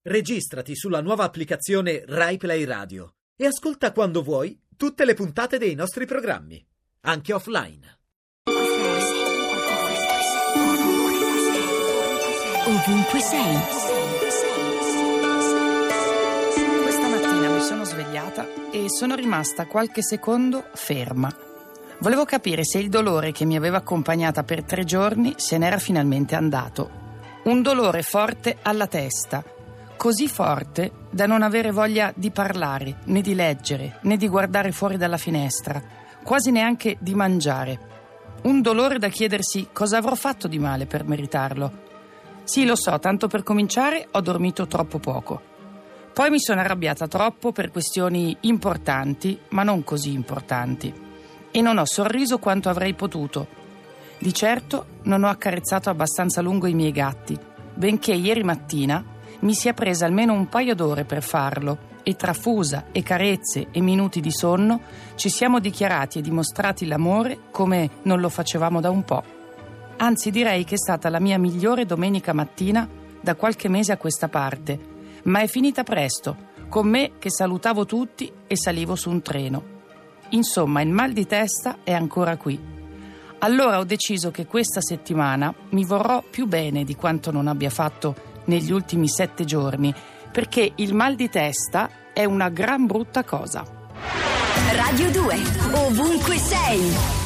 Registrati sulla nuova applicazione Rai Play Radio e ascolta quando vuoi tutte le puntate dei nostri programmi, anche offline. Ovunque sei. Questa mattina mi sono svegliata e sono rimasta qualche secondo ferma. Volevo capire se il dolore che mi aveva accompagnata per 3 giorni se n'era finalmente andato. Un dolore forte alla testa, così forte da non avere voglia di parlare, né di leggere, né di guardare fuori dalla finestra, quasi neanche di mangiare. Un dolore da chiedersi cosa avrò fatto di male per meritarlo. Sì, lo so, tanto per cominciare ho dormito troppo poco. Poi mi sono arrabbiata troppo per questioni importanti, ma non così importanti. E non ho sorriso quanto avrei potuto. Di certo non ho accarezzato abbastanza a lungo i miei gatti, benché ieri mattina mi sia presa almeno un paio d'ore per farlo e tra fusa e carezze e minuti di sonno ci siamo dichiarati e dimostrati l'amore come non lo facevamo da un po'. Anzi, direi che è stata la mia migliore domenica mattina da qualche mese a questa parte, ma è finita presto, con me che salutavo tutti e salivo su un treno. Insomma, il mal di testa è ancora qui. Allora ho deciso che questa settimana mi vorrò più bene di quanto non abbia fatto negli ultimi 7 giorni, perché il mal di testa è una gran brutta cosa. Radio 2, ovunque sei.